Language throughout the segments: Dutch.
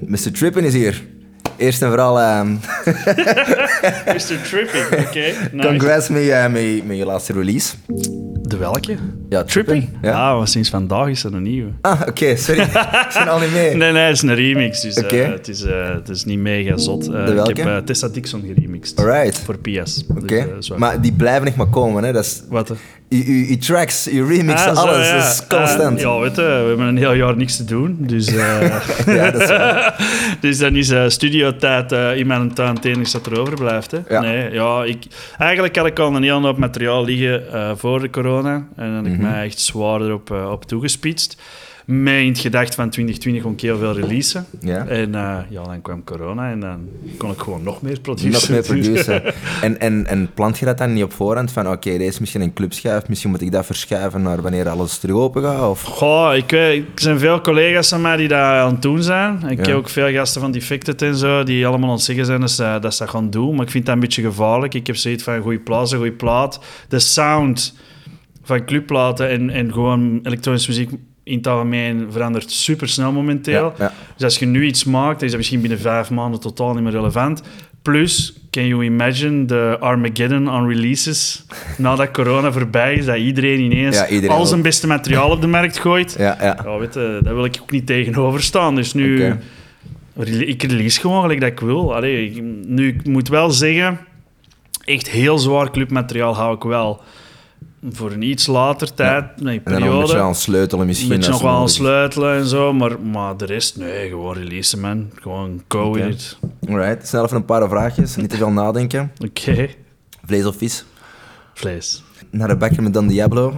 Mr. Trippin is hier. Eerst en vooral... Mr. Tripping, oké. Nice. Congrats met je laatste release. De welke? Ja, Tripping? Ja. Maar sinds vandaag is er een nieuwe. Oké, sorry. Ik ben al niet mee. Nee, het is een remix, dus Oké. het is niet mega zot. welke? Ik heb Tessa Dixon geremixed. Alright. Voor PS. Oké. Dus, maar die blijven echt maar komen, hè. Dat is... Wat? Je tracks, je remixen, alles. Zo, ja. Dat is constant. Ja, weet je, we hebben een heel jaar niks te doen. Dus, Ja, dat is waar. dus dan is studiotijd in mijn tuin het enige dat er overblijft. Hè. Ja. Nee, ja, eigenlijk had ik al een heel hoop materiaal liggen voor de corona. En dan heb ik mij echt zwaar erop toegespitst. Met in het gedacht van 2020 kon ik heel veel releasen. Ja. En dan kwam corona en dan kon ik gewoon nog meer produceren. Nog meer produceren. En plant je dat dan niet op voorhand? Van oké, deze is misschien een clubschuif, misschien moet ik dat verschuiven naar wanneer alles terug open gaat? Of... Goh, er zijn veel collega's van mij die dat aan het doen zijn. Ik heb ook veel gasten van Defected en zo, die allemaal aan het zeggen zijn dat ze dat gaan doen. Maar ik vind dat een beetje gevaarlijk. Ik heb zoiets van goede plaat. De sound van clubplaten en gewoon elektronische muziek in het algemeen verandert super snel momenteel. Ja. Dus als je nu iets maakt, dan is dat misschien binnen 5 maanden totaal niet meer relevant. Plus, can you imagine de Armageddon on releases nadat corona voorbij is, dat iedereen ineens al zijn beste materiaal op de markt gooit? Ja. Weet je, daar wil ik ook niet tegenover staan. Dus nu, ik release gewoon gelijk dat ik wil. Nu, ik moet wel zeggen, echt heel zwaar clubmateriaal hou ik wel voor een iets later tijd, periode. En dan nog een beetje aan sleutelen misschien. Een beetje nog wel aan sleutelen en zo, maar de rest, nee, gewoon releasen, man. Gewoon go with it. Alright, snel even een paar vraagjes, niet te veel nadenken. Oké. Vlees of vis? Vlees. Naar de bakker met Don Diablo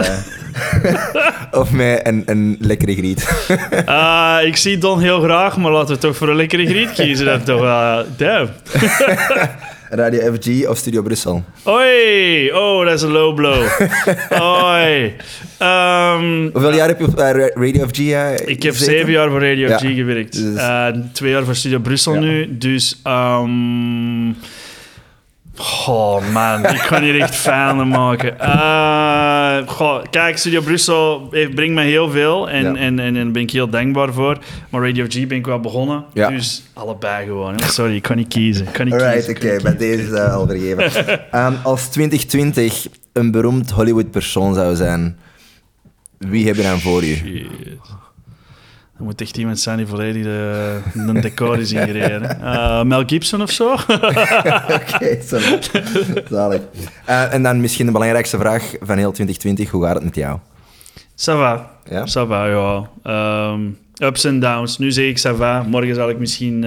of met een lekkere griet? Ik zie Don heel graag, maar laten we toch voor een lekkere griet kiezen. Dat toch damn. Radio FG of Studio Brussel? Oei! Oh, dat is een low blow. Oei. Hoeveel jaar heb je op Radio FG ik heb gezeten? 7 jaar voor Radio FG gewerkt. Dus... 2 jaar voor Studio Brussel nu. Dus... Oh man, ik kan hier echt fanen maken. Kijk, Studio Brussel brengt mij heel veel en daar ben ik heel dankbaar voor. Maar Radio G ben ik wel begonnen, dus allebei gewoon. Hè. Sorry, ik kan niet kiezen. Alright, oké, bij deze is dat al vergeven. Als 2020 een beroemd Hollywood-persoon zou zijn, wie heb je dan voor je? Shit. Er moet echt iemand zijn die volledig een decor is ingereden. Mel Gibson of zo? Oké, zalig. En dan misschien de belangrijkste vraag van heel 2020. Hoe gaat het met jou? Ça va. Ja? Ça va, ja. Ups en downs. Nu zeg ik ça va. Morgen zal ik misschien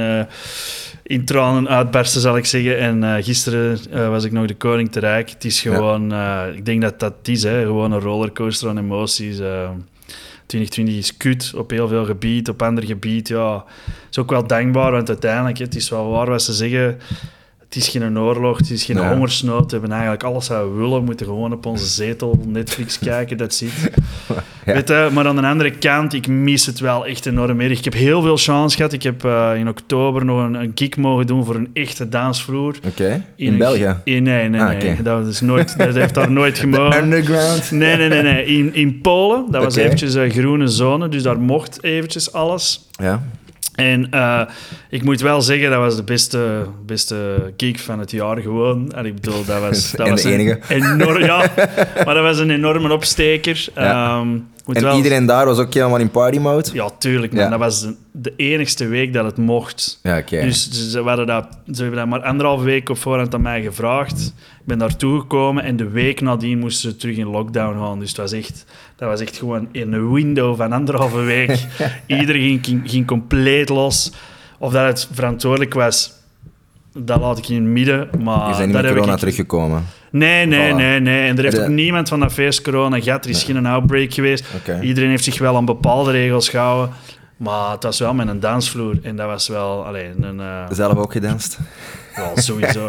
in tranen uitbarsten, zal ik zeggen. En gisteren was ik nog de koning te rijk. Het is gewoon... ik denk dat dat is, hè. Gewoon een rollercoaster aan emoties. 2020 is kut op heel veel gebied, op ander gebied. Ja, het is ook wel dankbaar, want uiteindelijk, het is wel waar wat ze zeggen. Het is geen oorlog, het is geen hongersnood. We hebben eigenlijk alles wat we willen. We moeten gewoon op onze zetel Netflix kijken, dat zit. Ja. Weet je, maar aan de andere kant, ik mis het wel echt enorm meer. Ik heb heel veel chance gehad. Ik heb in oktober nog een gig mogen doen voor een echte dansvloer. Oké. In België? Nee. Okay. Dat heeft daar nooit gemogen. Underground? Nee. In Polen. Dat was eventjes een groene zone, dus daar mocht eventjes alles. Ja. En ik moet wel zeggen, dat was de beste gig van het jaar gewoon. En ik bedoel, dat was de enige. Maar dat was een enorme opsteker. Ja. En iedereen daar was ook helemaal in party mode? Ja, tuurlijk, man. Ja. Dat was de enigste week dat het mocht. Ja, okay. Dus ze hebben dat maar 1,5 week op voorhand aan mij gevraagd. Ik ben daartoe gekomen en de week nadien moesten ze terug in lockdown gaan. Dus dat was echt gewoon in een window van 1,5 week. Iedereen ging compleet los. Of dat het verantwoordelijk was, dat laat ik in het midden. Maar je bent niet met corona teruggekomen? Nee. En er heeft ook niemand van dat feest corona gehad. Er is geen outbreak geweest. Okay. Iedereen heeft zich wel aan bepaalde regels gehouden. Maar het was wel met een dansvloer. En dat was wel alleen een... Zelf ook gedanst? Wel, sowieso.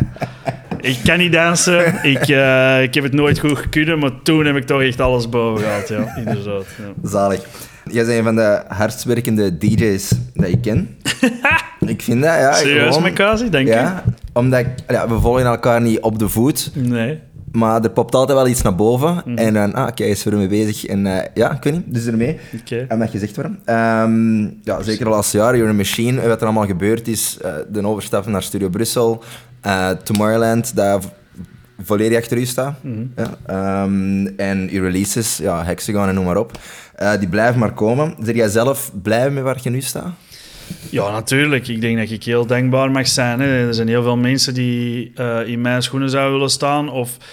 Ik kan niet dansen. Ik heb het nooit goed gekund. Maar toen heb ik toch echt alles boven gehad. Ja, inderdaad. Ja. Zalig. Jij bent een van de hardst werkende DJ's dat ik ken. Ik vind dat, ja. Serieus, Makazi? Dank je. Omdat we volgen elkaar niet op de voet. Nee. Maar er popt altijd wel iets naar boven. En dan, oké, is er mee bezig. En ja, ik weet niet, dus ermee. Oké. En dat gezegd worden. Ja, zeker de laatste jaren, You're a Machine, wat er allemaal gebeurd is. De overstap naar Studio Brussel. Tomorrowland, dat volledig achter u staat. Ja. En je releases, ja, Hexagon en noem maar op. Die blijven maar komen. Ben jij zelf blij met waar je nu staat? Ja, natuurlijk. Ik denk dat ik heel dankbaar mag zijn. Hè. Er zijn heel veel mensen die in mijn schoenen zouden willen staan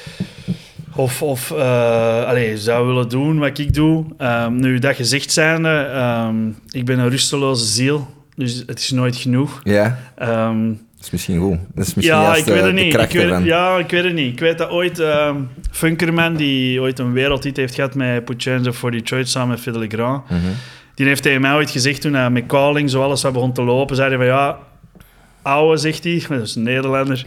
of zou willen doen wat ik doe. Nu, dat gezegd zijnde, ik ben een rusteloze ziel, dus het is nooit genoeg. Ja. Dat is misschien goed. Dat is misschien ja, ik weet het niet. Ik weet het niet. Ik weet dat ooit Funkerman, die ooit een wereldhit heeft gehad met Put Your Hands Up for Detroit samen met Phil Legrand, die heeft tegen mij ooit gezegd toen hij met Calling zo alles wat begon te lopen, zei hij van ja, ouwe, zegt hij, dat is een Nederlander.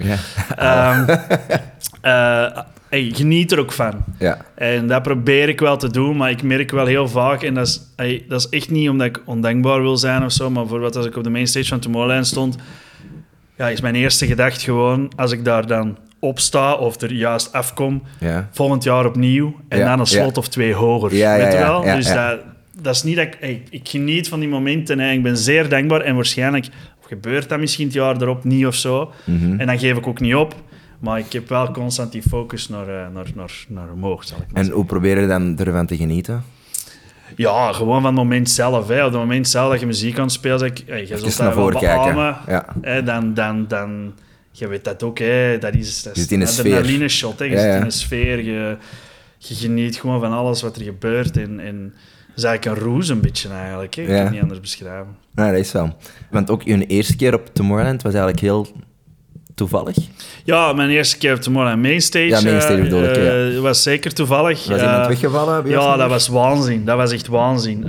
Ja. Hey, geniet er ook van. Ja. En dat probeer ik wel te doen, maar ik merk wel heel vaak, en dat is echt niet omdat ik ondankbaar wil zijn of zo, maar bijvoorbeeld als ik op de mainstage van Tomorrowland stond, ja, is mijn eerste gedachte gewoon, als ik daar dan op sta of er juist afkom, volgend jaar opnieuw en dan een slot of 2 hoger. Weet je wel? Dus dat is niet dat ik geniet van die momenten en ik ben zeer dankbaar en waarschijnlijk gebeurt dat misschien het jaar erop niet of zo. En dan geef ik ook niet op. Maar ik heb wel constant die focus naar omhoog, zal ik maar zeggen. En hoe probeer je dan ervan te genieten? Ja, gewoon van het moment zelf. Hè. Op het moment zelf dat je muziek aan het spelen, zeg ik, je zult daar wel beamen. Ja. Dan, je weet dat ook, hè. Dat is een adrenaline shot. Hè. Je zit in een sfeer, je geniet gewoon van alles wat er gebeurt. En dat is eigenlijk een roes een beetje eigenlijk. Hè. Ik kan het niet anders beschrijven. Ja, dat is wel. Want ook je eerste keer op Tomorrowland was eigenlijk heel toevallig? Ja, mijn eerste keer op Tomorrowland Mainstage. Ja, Mainstage bedoel ik, was zeker toevallig. Was iemand weggevallen? Ja, dat was waanzin. Dat was echt waanzin.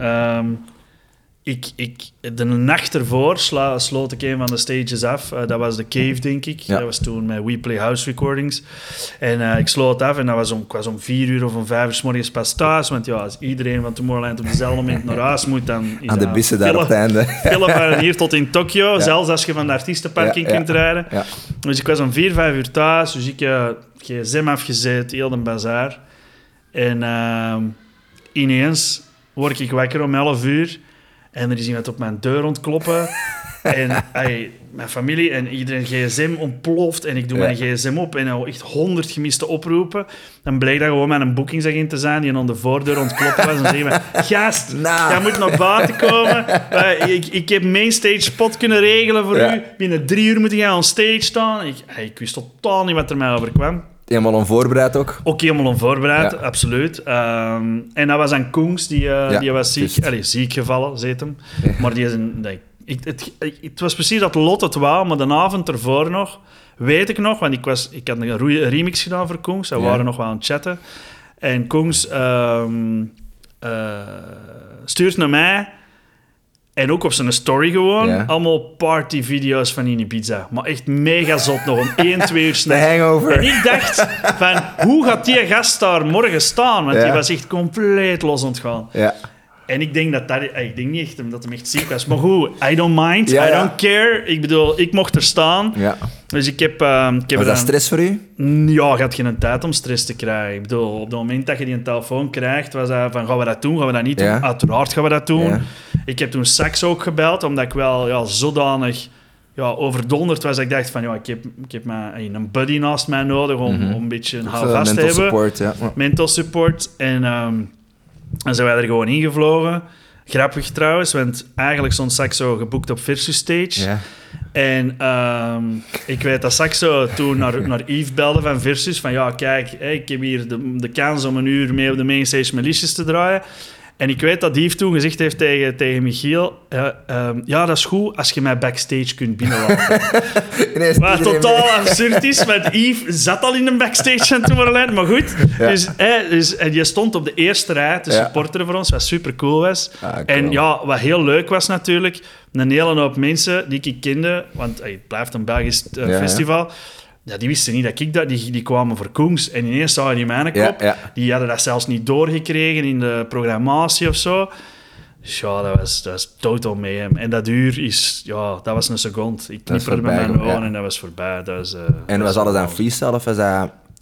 De nacht ervoor sloot ik een van de stages af. Dat was The Cave, denk ik. Ja. Dat was toen met We Play House Recordings. En ik sloot af en ik was om 4 uur of om 5 uur 's morgens pas thuis. Want ja, als iedereen van Tomorrowland op dezelfde moment naar huis moet, dan is aan de bussen daar op het einde. Veel van hier tot in Tokio, zelfs als je van de artiestenparking kunt rijden. Ja. Dus ik was om 4, 5 uur thuis. Dus ik gsm afgezet, heel de bazaar. En ineens word ik wakker om 11 uur. En er is iemand op mijn deur ontkloppen. En mijn familie en iedereen gsm ontploft. En ik doe mijn gsm op en echt 100 gemiste oproepen. Dan bleek dat gewoon mijn boekingsagent te zijn die aan de voordeur ontkloppen was. En zeggen we, gast, jij moet naar buiten komen. Ik heb mainstage spot kunnen regelen voor u. Binnen 3 uur moet jij on stage staan. Ik wist totaal niet wat er mij overkwam. Helemaal onvoorbereid ook? Ook helemaal onvoorbereid, absoluut. En dat was aan Koens, die was ziek. Ziek gevallen, zet hem. Maar die is het was precies dat lot het wou, maar de avond ervoor nog, weet ik nog, want ik had een remix gedaan voor Koens. We waren nog wel aan het chatten. En Koens stuurt naar mij. En ook op zijn story gewoon, allemaal partyvideo's van in Ibiza. Maar echt mega zot, nog om 1, 2 uur s'nachts. De hangover. En ik dacht van, hoe gaat die gast daar morgen staan? Want die was echt compleet los ontgaan. Ja. En ik denk ik denk niet echt dat hij echt ziek was. Maar goed, I don't mind, I don't care. Ik bedoel, ik mocht er staan. Ja. Dus ik heb... was dat stress voor u? Ja, je had geen tijd om stress te krijgen. Ik bedoel, op het moment dat je die een telefoon krijgt, was dat van, gaan we dat doen, gaan we dat niet doen? Uiteraard gaan we dat doen. Ja. Ik heb toen Sax ook gebeld, omdat ik wel zodanig overdonderd was dat ik dacht van, ik heb een buddy naast mij nodig om een beetje een houvast te hebben. Support, mental support. En zijn wij er gewoon ingevlogen. Grappig trouwens, want eigenlijk stond Saxo geboekt op Versus Stage. Ja. En ik weet dat Saxo toen naar Yves belde van Versus. Van kijk, ik heb hier de kans om 1 uur mee op de mainstage mijn liedjes te draaien. En ik weet dat Yves toen gezegd heeft tegen Michiel... dat is goed als je mij backstage kunt binnenlaten. Wat totaal absurd is, want Yves zat al in de backstage aan Tomorrowland, maar goed. Ja. Dus je stond op de eerste rij te supporteren voor ons, wat super cool was. Cool. En wat heel leuk was natuurlijk, een hele hoop mensen die ik kende, want het blijft een Belgisch festival... Ja, die wisten niet dat ik dat... Die kwamen voor Koens. En ineens zagen die mijn kop. Ja. Die hadden dat zelfs niet doorgekregen in de programmatie of zo. Dus dat was totaal mayhem. En dat uur is... Ja, dat was een seconde. Ik knipperde met mijn ogen en dat was voorbij. En was alles aan freestyle of was dat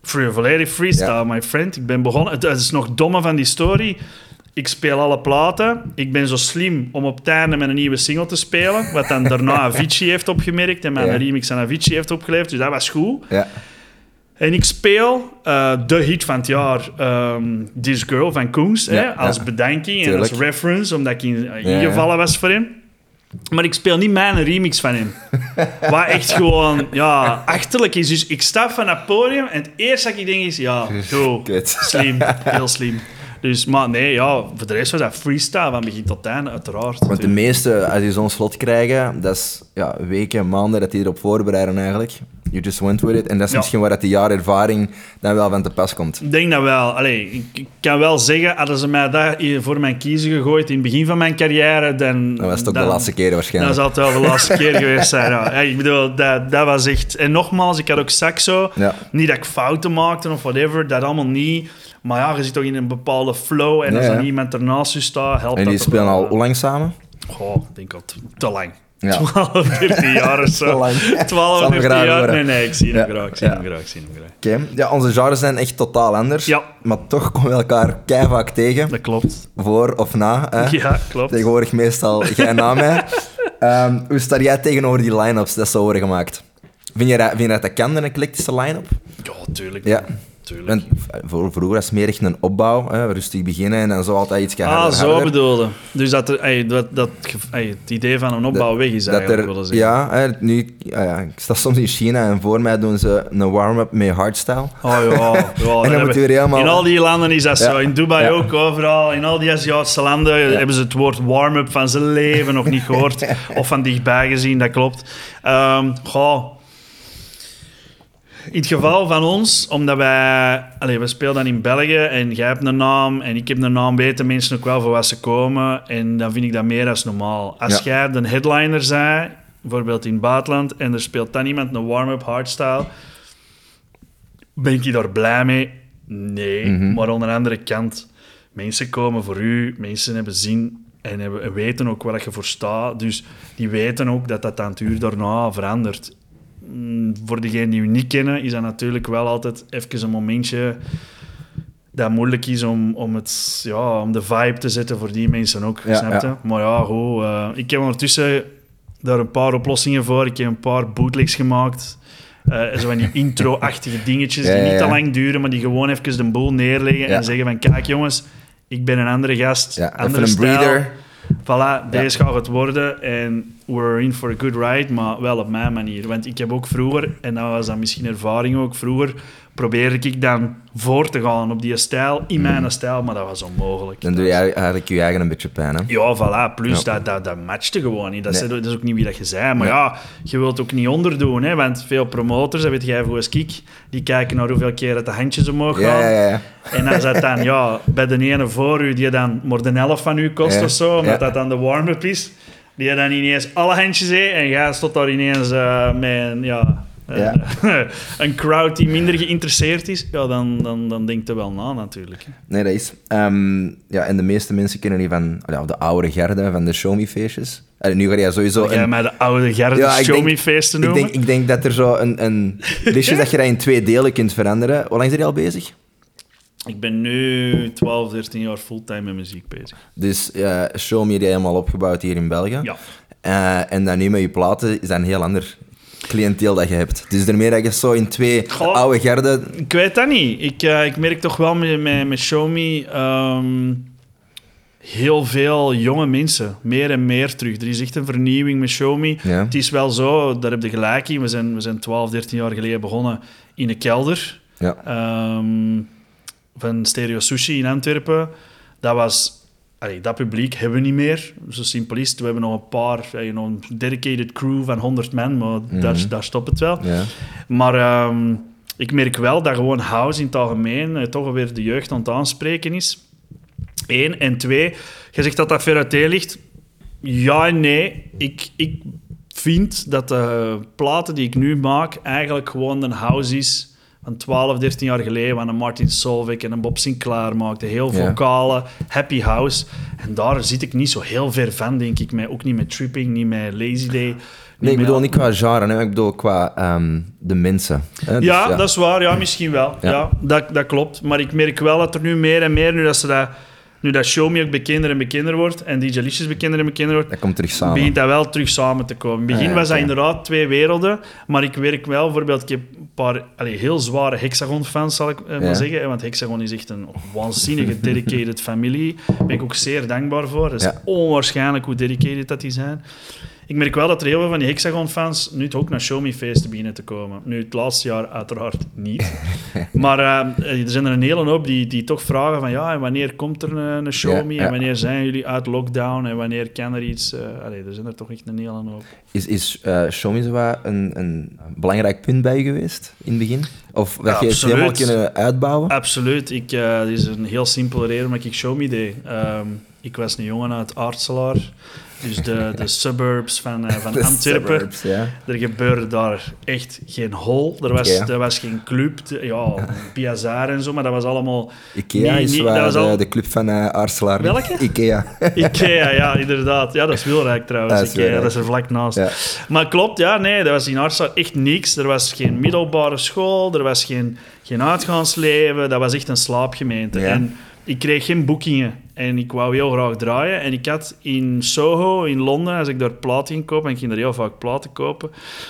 Volledig freestyle, my friend. Ik ben begonnen... Het is nog domme van die story. Ik speel alle platen. Ik ben zo slim om op het einde met een nieuwe single te spelen. Wat dan daarna Avicii heeft opgemerkt en mijn remix aan Avicii heeft opgeleverd. Dus dat was goed. Ja. En ik speel de hit van het jaar, This Girl van Koens, als bedanking Tuurlijk. en als reference, omdat ik ingevallen was voor hem. Maar ik speel niet mijn remix van hem. Wat echt gewoon achterlijk is. Dus ik stap van het podium en het eerste dat ik denk is... Slim, heel slim. Dus, maar nee, voor de rest was dat freestyle van begin tot einde, uiteraard. Want de meeste, als die zo'n slot krijgen, dat is weken, maanden dat die erop voorbereiden eigenlijk. You just went with it. En dat is misschien waar dat die jaar ervaring dan wel van te pas komt. Ik denk dat wel. Allee, ik kan wel zeggen, hadden ze mij daar voor mijn kiezen gegooid in het begin van mijn carrière, dan was het ook de laatste keer waarschijnlijk. Dan zal het wel de laatste keer geweest zijn. Ja. Ik bedoel, dat was echt... En nogmaals, ik had ook saxo. Ja. Niet dat ik fouten maakte of whatever, dat allemaal niet. Maar je zit toch in een bepaalde flow en als er niemand ernaast je staat, helpt dat. En die spelen al hoe lang samen? Ik denk al te lang. Ja. 12, 13 jaar of zo. 12, 13 jaar? Nee, ik zie hem graag. Oké. Ja, onze genres zijn echt totaal anders. Ja. Maar toch komen we elkaar keivaak tegen. Dat klopt. Voor of na. Hè? Ja, klopt. Tegenwoordig meestal jij na mij. Hoe sta jij tegenover die line-ups dat zo worden gemaakt? Vind je dat kan, een eclectische line-up? Ja, tuurlijk. Ja. Want vroeger was het meer echt een opbauw, rustig beginnen en dan zo altijd iets harder. Zo bedoelde. Dus dat het idee van een opbouw weg is eigenlijk, willen zeggen. Ja, ik sta soms in China en voor mij doen ze een warm-up met hardstyle. Oh ja. En dan moet weer helemaal... In al die landen is dat zo. In Dubai ook, overal. In al die Aziatische landen hebben ze het woord warm-up van zijn leven nog niet gehoord. Of van dichtbij gezien, dat klopt. In het geval van ons, omdat we spelen dan in België en jij hebt een naam en ik heb een naam, weten mensen ook wel voor wat ze komen en dan vind ik dat meer als normaal. Als jij de headliner bent, bijvoorbeeld in het buitenland, en er speelt dan iemand een warm-up hardstyle, ben je daar blij mee? Nee, maar aan de andere kant, mensen komen voor u, mensen hebben zin en weten ook waar je voor staat, dus die weten ook dat aan het uur daarna verandert. Voor degenen die u niet kennen, is dat natuurlijk wel altijd even een momentje dat moeilijk is om de vibe te zetten voor die mensen ook, snap je? Maar ik heb ondertussen daar een paar oplossingen voor. Ik heb een paar bootlegs gemaakt. Zo van die intro-achtige dingetjes die niet te lang duren, maar die gewoon even de boel neerleggen en zeggen van, kijk jongens, ik ben een andere gast, andere stijl. Breather. Voilà, deze gaat het worden en we're in for a good ride, maar wel op mijn manier. Want ik heb ook vroeger, en dat was dan misschien ervaring ook, vroeger probeerde ik dan voor te gaan op die stijl, in mijn stijl, maar dat was onmogelijk. Dan doe je eigenlijk je eigen een beetje pijn, hè? Ja, voilà, plus dat matchte gewoon niet. Dat is ook niet wie dat je zei. Maar je wilt ook niet onderdoen, hè, want veel promoters, dat weet jij voor als ik, die kijken naar hoeveel keer dat de handjes omhoog gaan. Ja. En als dat dan, bij de ene voor u, die dan maar de helft van u kost of zo, omdat dat dan de warm-up is, die dan ineens alle handjes heeft en jij stond daar ineens met een crowd die minder geïnteresseerd is, dan denkt er wel na natuurlijk. Nee, dat is. En de meeste mensen kennen die van de oude garde, van de show-me-feestjes. Nu ga jij sowieso... Jij mij de oude garde show-me-feesten noemen? Ik denk dat er zo een listje dat je dat in 2 delen kunt veranderen. Hoe lang zijn je al bezig? Ik ben nu 12, 13 jaar fulltime met muziek bezig. Dus Show Me die helemaal opgebouwd hier in België. Ja. En dan nu met je platen is dat een heel ander cliënteel dat je hebt. Dus daarmee dat je zo in 2 oude garden... Ik weet dat niet. Ik merk toch wel met Show Me heel veel jonge mensen. Meer en meer terug. Er is echt een vernieuwing met Show Me. Ja. Het is wel zo, daar heb je gelijk in. We zijn 12, 13 jaar geleden begonnen in een kelder. Ja. Van Stereo Sushi in Antwerpen. Dat was... dat publiek hebben we niet meer. Zo simpel is het. We hebben nog een paar... een dedicated crew van 100 man, maar daar stopt het wel. Ja. Maar ik merk wel dat gewoon house in het algemeen toch weer de jeugd aan het aanspreken is. 1. En 2, je zegt dat ver uiteen ligt. Ja en nee. Ik vind dat de platen die ik nu maak eigenlijk gewoon een house is van 12, 13 jaar geleden, wat een Martin Solveig en een Bob Sinclair maakte. Heel vocale, happy house. En daar zit ik niet zo heel ver van, denk ik. Ook niet met Tripping, niet met Lazy Day. Nee, ik bedoel niet qua genre, hè. Ik bedoel qua de mensen. Hè? Dus, ja, dat is waar. Ja, misschien wel. Ja. Dat klopt. Maar ik merk wel dat er nu meer en meer, nu dat Show Me ook bekender en bekender wordt en DJ Licious bekender en bekender wordt, dat komt terug samen. Begint dat wel terug samen te komen. In het begin was dat inderdaad 2 werelden, maar ik werk wel, bijvoorbeeld, ik heb een paar heel zware Hexagon-fans, zal ik maar zeggen, want Hexagon is echt een waanzinnige dedicated familie. Daar ben ik ook zeer dankbaar voor. Dat is onwaarschijnlijk hoe dedicated dat die zijn. Ik merk wel dat er heel veel van die Hexagon-fans nu ook naar Show Me-feesten beginnen te komen. Nu, het laatste jaar uiteraard niet. Maar er zijn er een hele hoop die toch vragen van en wanneer komt er een Show Me? En wanneer zijn jullie uit lockdown? En wanneer kan er iets? Er zijn er toch echt een hele hoop. Is Show Me zo wat een belangrijk punt bij je geweest in het begin? Of dat je het helemaal kunnen uitbouwen? Absoluut. Het is een heel simpele reden waarom ik Show Me deed. Ik was een jongen uit Aartselaar. Dus de suburbs van Antwerpen. Suburbs, Er gebeurde daar echt geen hol. Er was geen club. Piazzaar en zo, maar dat was allemaal... Ikea is de club van Aartselaar. Welke? Ikea. Ikea, ja, inderdaad. Ja, dat is Wilrijk trouwens. Dat is er vlak naast. Ja. Maar klopt, dat was in Aartselaar echt niks. Er was geen middelbare school, er was geen uitgaansleven. Dat was echt een slaapgemeente. Ja. En ik kreeg geen boekingen en ik wou heel graag draaien. En ik had in Soho, in Londen, als ik daar platen ging kopen, en ik ging daar heel vaak platen kopen,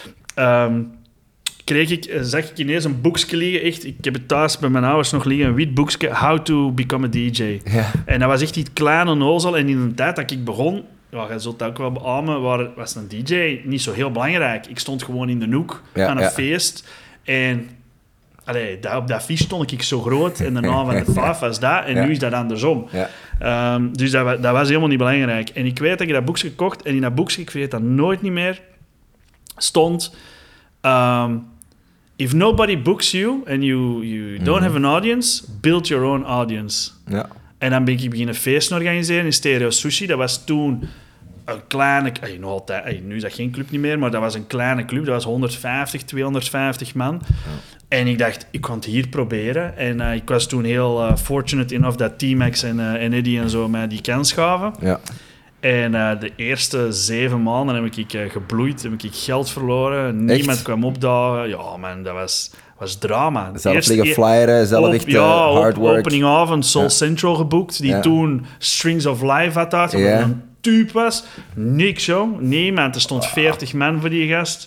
zag ik ineens een boekje liggen. Echt, ik heb het thuis bij mijn ouders nog liggen, een wit boekje, How to Become a DJ. Ja. En dat was echt iets klein en onnozel. En in de tijd dat ik begon, je zult dat ook wel beamen, was een DJ niet zo heel belangrijk. Ik stond gewoon in de hoek aan een feest en... op dat fiche stond ik zo groot en de naam van de 5 was dat en nu is dat andersom. Ja. Dus dat was helemaal niet belangrijk. En ik weet dat ik dat boekje gekocht en in dat boekje, ik vergeet dat nooit niet meer, stond if nobody books you and you don't have an audience, build your own audience. Ja. En dan ben ik beginnen feesten organiseren in Stereo Sushi. Dat was toen een kleine... nog altijd, nu is dat geen club niet meer, maar dat was een kleine club. Dat was 150, 250 man. Ja. En ik dacht, ik kan het hier proberen. En ik was toen heel fortunate enough dat T-Max en Eddie en zo mij die kans gaven. Ja. En de eerste 7 maanden heb ik gebloeid, heb ik geld verloren. Niemand kwam opdagen. Ja, man, dat was drama. Zelf liggen flyeren, zelf echt hard work. Openingavond Soul Central geboekt, die toen Strings of Life had uit. Een type was. Niks, joh. Niemand. Er stond 40 man voor die gast.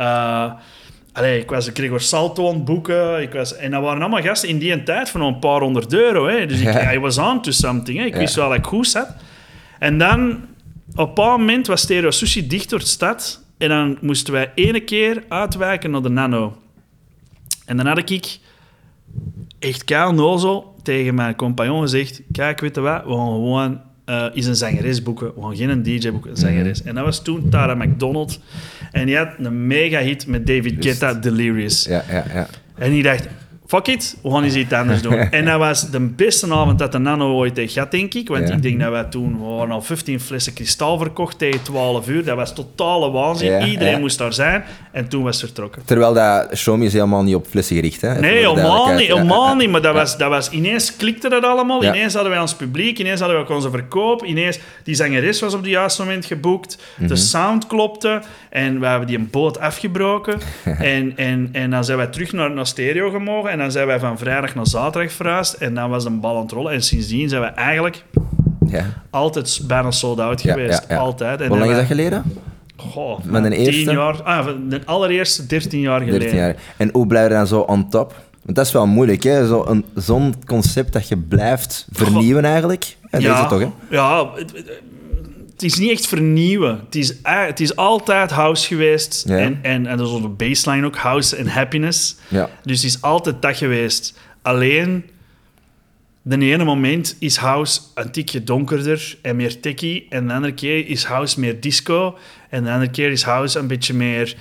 Ik kreeg Salto aan het boeken. En dat waren allemaal gasten in die tijd voor nog een paar €100. Hè. Dus I was on to something. Hè. Ik wist wel dat ik goed zat. En dan, op een bepaald moment, was Stereo Sushi dicht door de stad. En dan moesten wij 1 keer uitwijken naar de Nano. En dan had ik echt kaal nozel tegen mijn compagnon gezegd, kijk, weet je wat, we gaan gewoon is een zangeres boeken. We gaan geen DJ boeken, een zangeres. En dat was toen Tara McDonald. En die had een mega hit met David Guetta, Delirious. Ja. En die dacht, fuck it, we gaan eens iets anders doen. En dat was de beste avond dat de Nano ooit heeft gehad, denk ik. Want ik denk dat wij toen... We waren al 15 flessen kristal verkocht tegen 12 uur. Dat was totale waanzin. Iedereen moest daar zijn. En toen was het vertrokken. Terwijl dat Show Me is helemaal niet op flessen gericht, hè? Nee, helemaal niet. Maar dat was... Ineens klikte dat allemaal. Ja. Ineens hadden wij ons publiek. Ineens hadden we ook onze verkoop. Ineens... Die zangeres was op het juiste moment geboekt. De sound klopte. En we hebben die een boot afgebroken. en dan zijn wij terug naar stereo gemogen. En dan zijn wij van vrijdag naar zaterdag verhuisd. En dan was de bal aan het rollen. En sindsdien zijn we eigenlijk altijd bijna sold out geweest. Ja. Altijd. En hoe lang is dat geleden? Met een eerste? 10 jaar. De allereerste 13 jaar geleden. 13 jaar. En hoe blijf je dan zo on top? Want dat is wel moeilijk, hè? Zo'n concept dat je blijft vernieuwen eigenlijk. En dat is het toch, hè? Ja, het is niet echt vernieuwen. Het is altijd house geweest. Ja. En dat is op de baseline ook, house en happiness. Ja. Dus het is altijd dat geweest. Alleen, de ene moment is house een tikje donkerder en meer techie. En de andere keer is house meer disco. En de andere keer is house een beetje meer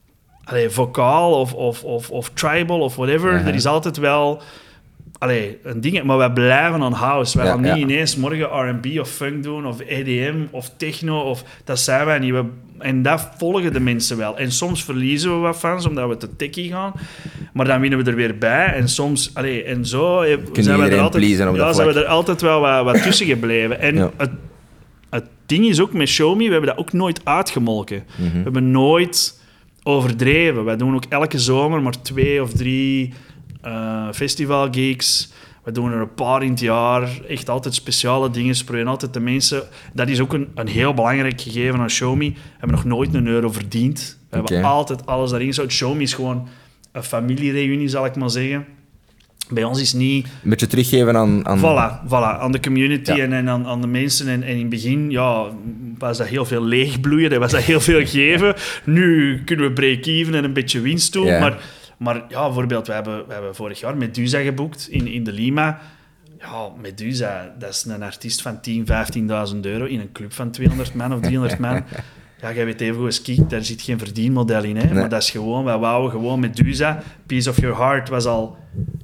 vocaal of tribal of whatever. Er is altijd wel... een ding, maar wij blijven aan house. Wij gaan niet ineens morgen R&B of funk doen, of EDM, of techno, dat zijn wij niet. En dat volgen de mensen wel. En soms verliezen we wat fans, omdat we te techie gaan. Maar dan winnen we er weer bij. En soms... en zo zijn we er altijd wel wat tussen gebleven. En het ding is ook met Show Me, we hebben dat ook nooit uitgemolken. We hebben nooit overdreven. Wij doen ook elke zomer maar 2 of 3 festivalgigs. We doen er een paar in het jaar. Echt altijd speciale dingen. We proberen altijd de mensen... Dat is ook een heel belangrijk gegeven aan Show Me. We hebben nog nooit €1 verdiend. We hebben altijd alles daarin gezet. Show Me is gewoon een familiereunie, zal ik maar zeggen. Bij ons is niet... Een beetje teruggeven aan... Voilà, aan de community en aan de mensen. En in het begin was dat heel veel leegbloeien. Dat was dat heel veel geven. Nu kunnen we break-even en een beetje winst doen. Ja. Maar bijvoorbeeld, we hebben vorig jaar Medusa geboekt in de Lima. Ja, Medusa, dat is een artiest van 10.000, €15.000 in een club van 200 man of 300 man. Ja, jij weet even goed als Kiek, daar zit geen verdienmodel in. Hè? Nee. Maar dat is gewoon, wij wouden gewoon Medusa. Piece of Your Heart was al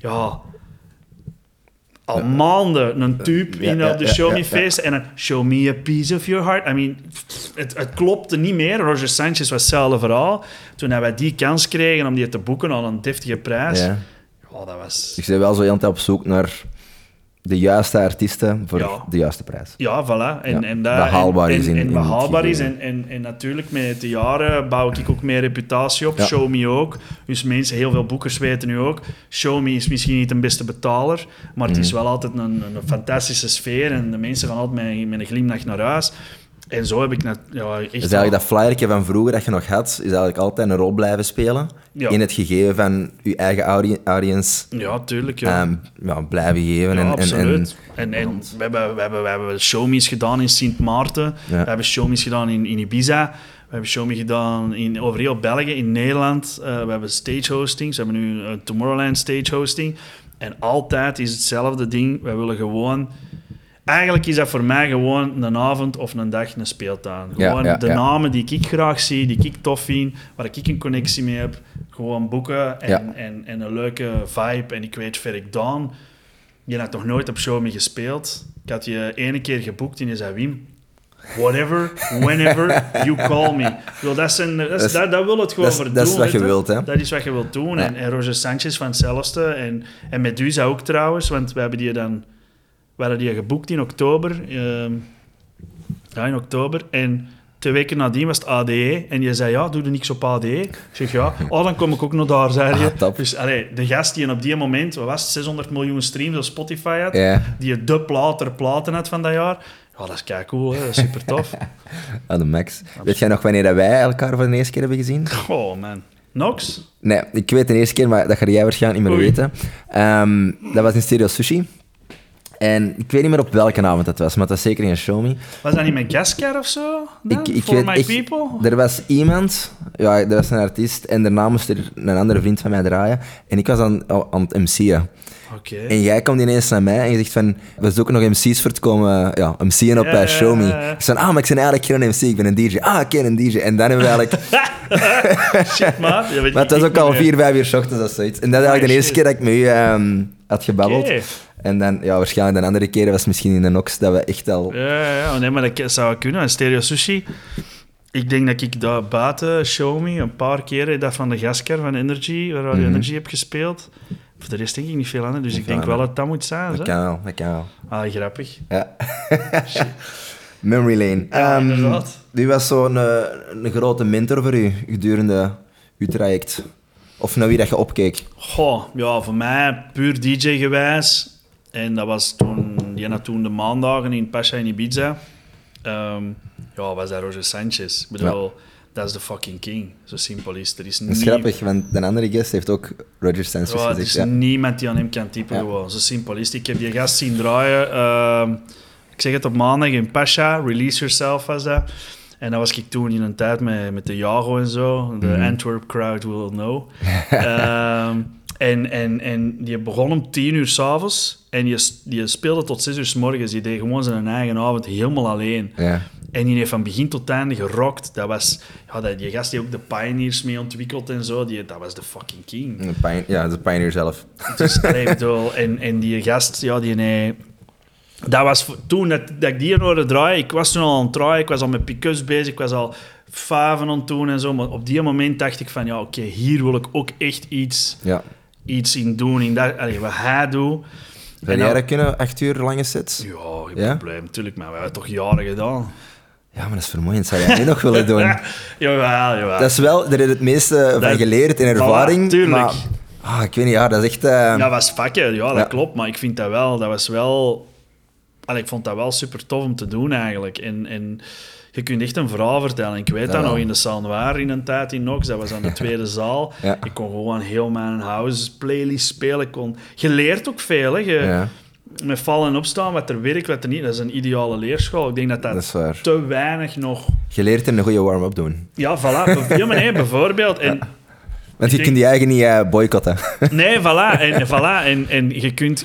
maanden een tube op de Show Me feesten. En dan Show Me a Piece of Your Heart. I mean, het klopte niet meer. Roger Sanchez was hetzelfde verhaal. Toen wij die kans kregen om die te boeken aan een deftige prijs. Ja. Dat was... Ik ben wel zo heel tijd op zoek naar de juiste artiesten voor de juiste prijs. Ja, voilà. En dat behaalbaar is. Behaalbaar is. En natuurlijk, met de jaren bouw ik ook meer reputatie op. Ja. Show Me ook. Dus mensen, heel veel boekers weten nu ook. Show Me is misschien niet de beste betaler, maar het is wel altijd een fantastische sfeer. En de mensen gaan altijd met een glimlach naar huis. En zo heb ik echt... Dus eigenlijk dat flyertje van vroeger dat je nog had, is eigenlijk altijd een rol blijven spelen. Ja. In het gegeven van je eigen audience. Ja, tuurlijk. Blijven geven. Ja, absoluut. En we hebben showme's gedaan in Sint Maarten. Ja. We hebben showme's gedaan in Ibiza. We hebben showme gedaan over heel België, in Nederland. We hebben stage hostings. We hebben nu Tomorrowland stage hosting. En altijd is hetzelfde ding. Wij willen gewoon... Eigenlijk is dat voor mij gewoon een avond of een dag een speeltuin. Gewoon de namen die ik graag zie, die ik tof vind, waar ik een connectie mee heb. Gewoon boeken en een leuke vibe. En ik weet, Ferric Dawn, je had nog nooit op Show Me gespeeld. Ik had je 1 keer geboekt en je zei, Wim, whatever, whenever you call me. Dat wil het gewoon voor doen. Dat is wat je wilt, hè? Dat is wat je wilt doen. Ja. En Roger Sanchez van hetzelfde. En Medusa ook trouwens, want we hebben die dan... We hadden die geboekt in oktober. In oktober. En 2 weken nadien was het ADE. En je zei, doe er niks op ADE? Ik zeg, dan kom ik ook nog daar, zei je. Dus de gast die op die moment, 600 miljoen streams op Spotify had, die de platen had van dat jaar. Ja, dat is kei cool, hè? Dat is super tof. De max. Weet jij nog wanneer wij elkaar voor de eerste keer hebben gezien? Oh, man. Nox? Nee, ik weet de eerste keer, maar dat ga jij waarschijnlijk niet meer weten. Dat was in Stereo Sushi. En ik weet niet meer op welke avond dat was, maar dat was zeker in een Show Me. Was dat niet met Gaskar of zo? For My People? Er was iemand, er was een artiest, en daarna moest er een andere vriend van mij draaien. En ik was aan het MC'en. Okay. En jij komt ineens naar mij en je zegt van, we zoeken nog MC's voor te komen MC'en op Show Me. Ik zei, maar ik ben eigenlijk geen MC, ik ben een DJ. Oké, een DJ. En dan hebben we eigenlijk... Shit, maar het was ook al 4-5 uur 's ochtends of zoiets. En dat is eigenlijk de eerste keer dat ik met u had gebabbeld. Okay. En dan, waarschijnlijk de andere keren was misschien in de Nox dat we echt al... Nee, maar dat zou kunnen. En Stereo Sushi, ik denk dat ik daar buiten Show Me een paar keren dat van de Gaskar van Energy, waar Radio Energy heb gespeeld. Voor de rest denk ik niet veel aan, dus ik denk wel dat dat moet zijn. Dat kan wel. Ah, grappig. Ja. Memory Lane. Ja, inderdaad. Wie was zo'n een grote mentor voor u gedurende uw traject? Of naar wie dat je opkeek? Voor mij puur DJ-gewijs. En dat was toen de maandagen in Pacha in Ibiza. Was dat Roger Sanchez. Ik bedoel, dat is de fucking king. Zo simpel is het. Dat is grappig, want de andere gast heeft ook Roger Sanchez gezegd. Er is niemand die aan hem kan typen. Gewoon. Zo simpel is het. Ik heb die gast zien draaien. Ik zeg het op maandag in Pacha. Release Yourself was dat. En dat was ik toen in een tijd met de Jago en zo. De Antwerp crowd will know. En die begon om 10 uur 's avonds. En die speelde tot 6 uur 's morgens. Die deed gewoon zijn eigen avond helemaal alleen. Ja. En die heeft van begin tot einde gerockt. Dat was... die gast die ook de Pioneers mee ontwikkeld en zo. Dat was de fucking king. De Pioneer zelf. Dus, en die gast, dat was toen dat ik die hoorde draaien. Ik was toen al aan het draaien. Ik was al met pick-ups bezig. Ik was al faven aan het doen en zo. Maar op die moment dacht ik van... hier wil ik ook echt iets iets in doen, in dat, wat hij doet. Zou jij dat kunnen, 8 uur lange sets? Ja, geen probleem, natuurlijk, maar we hebben het toch jaren gedaan. Ja, maar dat is vermoeiend. Zou jij nu nog willen doen? Jawel. Dat is wel, daar heb je het meeste van geleerd in ervaring. Voilà, tuurlijk. Maar, ik weet niet, dat is echt... Dat was vakken, dat klopt, maar ik vind dat was wel... ik vond dat wel super tof om te doen, eigenlijk. En je kunt echt een verhaal vertellen. Ik weet dat nog in de Saint-Noir in een tijd in Nox, dat was aan de tweede zaal. Ja. Ik kon gewoon heel mijn house playlist spelen. Je leert ook veel, hè. Met vallen en opstaan, wat er werkt, wat er niet. Dat is een ideale leerschool. Ik denk dat is te weinig nog... Je leert er een goede warm-up doen. Ja, voilà. Bijvoorbeeld. En, want je kunt die eigen niet boycotten. Nee, voilà. En je kunt...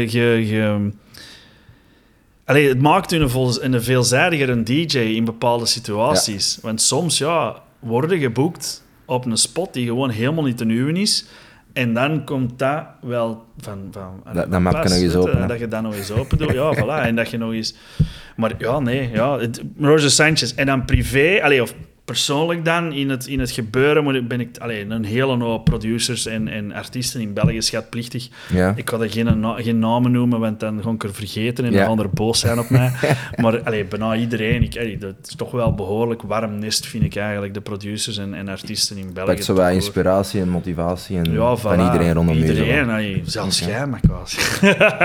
het maakt u een veelzijdiger een DJ in bepaalde situaties. Ja. Want soms worden geboekt op een spot die gewoon helemaal niet te uwen is. En dan komt dat wel van dat mapje nog eens open. Dat je dat nog eens open doet. Ja, voilà. En dat je nog eens... Maar Roger Sanchez. En dan privé... Of persoonlijk dan, in het gebeuren, ben ik een hele hoop producers en artiesten in België schatplichtig. Ja. Ik ga er geen namen noemen, want dan ga ik er vergeten en dan gaan er boos zijn op mij. Maar bijna iedereen, dat is toch wel behoorlijk warm nest, vind ik eigenlijk, de producers en artiesten in België. Pakt zo wat inspiratie en motivatie en van iedereen rondom je. Iedereen, zelfs jij, Makas.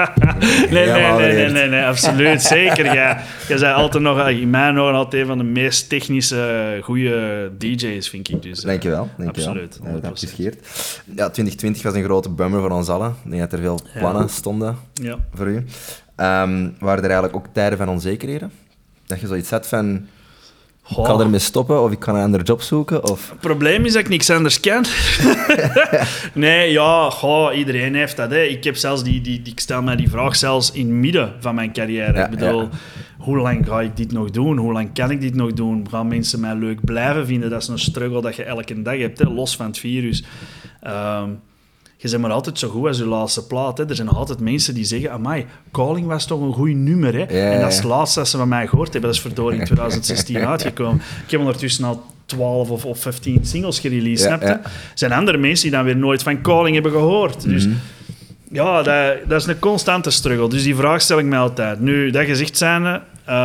Nee, absoluut, zeker. Jij zei altijd nog, in mijn ogen, altijd een van de meest technische, goede DJ's, vind ik. Dus, dankjewel. Absoluut. Dat apprecieerd. Ja, 2020 was een grote bummer voor ons allen. Ik denk dat er veel plannen stonden voor u. Waren er eigenlijk ook tijden van onzekerheden? Dat je zoiets had van... Ik kan ermee stoppen of ik kan een andere job zoeken? Of... Het probleem is dat ik niks anders kan. Nee, iedereen heeft dat. Hè. Ik heb zelfs ik stel mij die vraag zelfs in het midden van mijn carrière. Ik bedoel, hoe lang ga ik dit nog doen? Hoe lang kan ik dit nog doen? Gaan mensen mij leuk blijven vinden? Dat is een struggle dat je elke dag hebt, hè, los van het virus. Je bent maar altijd zo goed als je laatste plaat. Hè. Er zijn nog altijd mensen die zeggen... Amai, Calling was toch een goed nummer. Hè? En dat is het laatste dat ze van mij gehoord hebben. Dat is verdorie in 2016 uitgekomen. Ik heb ondertussen al 12 of 15 singles gereleased. Snap je? Er zijn andere mensen die dan weer nooit van Calling hebben gehoord. Dus dat is een constante struggle. Dus die vraag stel ik mij altijd. Nu, dat gezegd zijnde...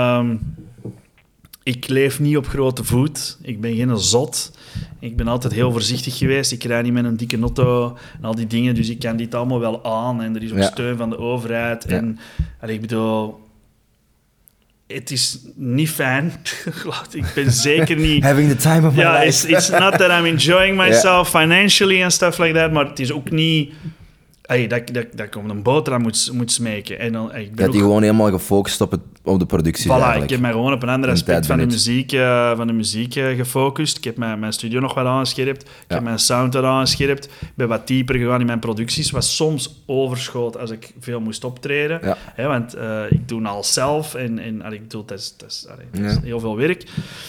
ik leef niet op grote voet. Ik ben geen zot. Ik ben altijd heel voorzichtig geweest. Ik rijd niet met een dikke auto en al die dingen. Dus ik kan dit allemaal wel aan. En er is ook steun van de overheid. Ja. En ik bedoel... Het is niet fijn. Ik ben zeker niet... Having the time of my life. It's not that I'm enjoying myself financially and stuff like that. Maar het is ook niet... dat ik op een boterham moet smeken. En dan, ik ben dat die gewoon helemaal gefocust op de productie. Voilà, ik heb mij gewoon op een ander aspect van de muziek gefocust. Ik heb mijn studio nog wel aangescherpt. Ik heb mijn sound er aangescherpt. Ik ben wat dieper gegaan in mijn producties. Was soms overschoot als ik veel moest optreden. Ja. Want ik doe alles zelf. En ik bedoel, dat is heel veel werk.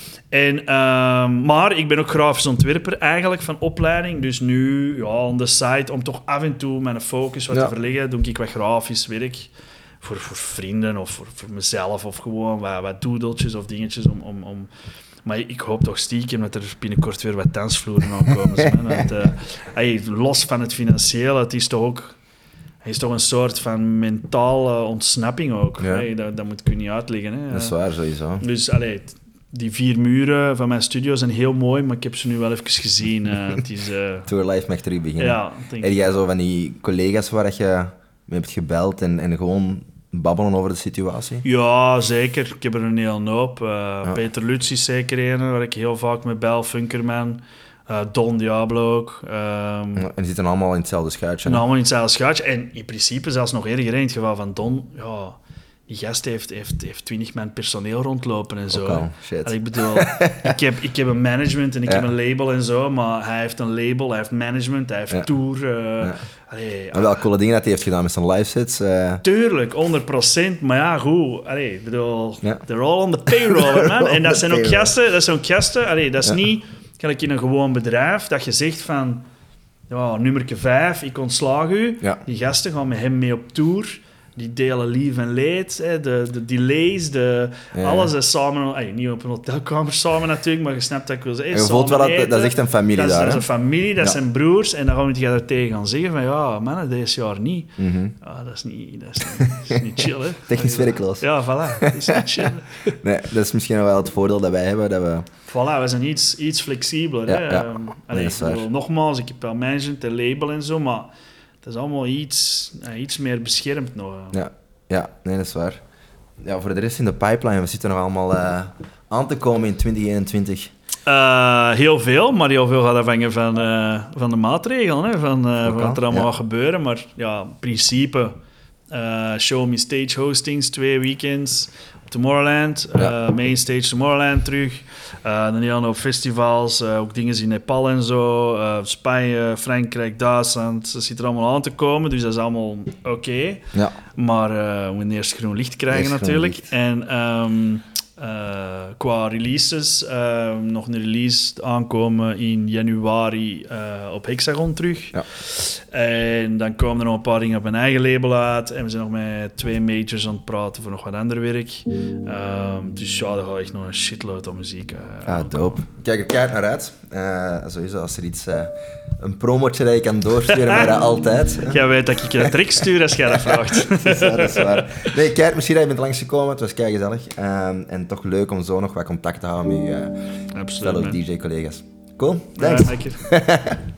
Maar ik ben ook grafisch ontwerper eigenlijk van opleiding. Dus nu, on the side, om toch af en toe mijn focus wat te verleggen, doe ik wat grafisch werk. Voor vrienden of voor mezelf. Of gewoon wat doedeltjes of dingetjes om... Maar ik hoop toch stiekem dat er binnenkort weer wat dansvloeren aankomen. Los van het financiële, het is toch ook... Het is toch een soort van mentale ontsnapping ook. Ja. Dat moet ik u niet uitleggen. Hè. Dat is waar, sowieso. Dus, die 4 muren van mijn studio zijn heel mooi, maar ik heb ze nu wel even gezien. Het is, Tour Life mag terug beginnen. Ja, heb jij zo van die collega's waar je mee hebt gebeld en gewoon babbelen over de situatie? Ja, zeker. Ik heb er een hele hoop. Peter Lutz is zeker een, waar ik heel vaak mee bel. Funkerman. Don Diablo ook. En die zitten allemaal in hetzelfde schuitje. En allemaal in hetzelfde schuitje. En in principe zelfs nog erger in het geval van Don... Ja, die gast heeft 20 man personeel rondlopen en zo. Shit. Ik bedoel, ik heb een management en ik heb een label en zo, maar hij heeft een label, hij heeft management, hij heeft tour. En welke coole dingen dat hij heeft gedaan met zijn live sets? Tuurlijk, 100%. Maar ja, goed. Ik bedoel, they're all on the payroll, man. En dat zijn ook gasten. Dat is niet gelijk in een gewoon bedrijf dat je zegt van, nummerke 5, ik ontslaag u. Ja. Die gasten gaan met hem mee op tour. die delen lief en leed, hè, de delays, alles is samen... niet op een hotelkamer samen natuurlijk, maar je snapt dat ik wil zeggen. Je voelt wel dat is echt een familie daar. Dat is een familie, dat zijn broers. En dan moet je daar tegen gaan zeggen van ja, mannen, deze jaar niet. Dat is niet chill, hè. Technisch werkloos. Ja, voilà. Dat is niet chill. Nee, dat is misschien wel het voordeel dat wij hebben. Dat we... Voilà, we zijn iets flexibeler. Ja, hè. ja. Nee, dat is waar. Nogmaals, ik heb wel management en label en zo, maar het is allemaal iets meer beschermd nog. Ja, nee, dat is waar. Ja, voor de rest in de pipeline, we zitten nog allemaal aan te komen in 2021. Heel veel, maar heel veel gaat afhangen van de maatregelen, hè, van wat er allemaal gaat gebeuren. Maar ja, in principe, show me stage hostings, 2 weekends op Tomorrowland, main stage Tomorrowland terug. Dan heel op festivals, ook dingen in Nepal en zo, Spanje, Frankrijk, Duitsland, dat zit er allemaal aan te komen, dus dat is allemaal oké. Ja. Maar we moeten eerst groen licht krijgen natuurlijk. En qua releases, nog een release aankomen in januari op Hexagon terug. Ja. En dan komen er nog een paar dingen op mijn eigen label uit. En we zijn nog met 2 majors aan het praten voor nog wat ander werk. Dus ja, er gaat echt nog een shitload aan muziek dope. Kijk er keihard naar uit. Sowieso, als er iets... een promotje dat je kan doorsturen, maar dat altijd. Jij weet dat ik je een trick stuur als jij dat vraagt. Dat is waar. Nee, kijk, misschien dat je bent langsgekomen. Het was keigezellig. En toch leuk om zo nog wat contact te houden met je fellow DJ-collega's. Cool, thanks. Dank je.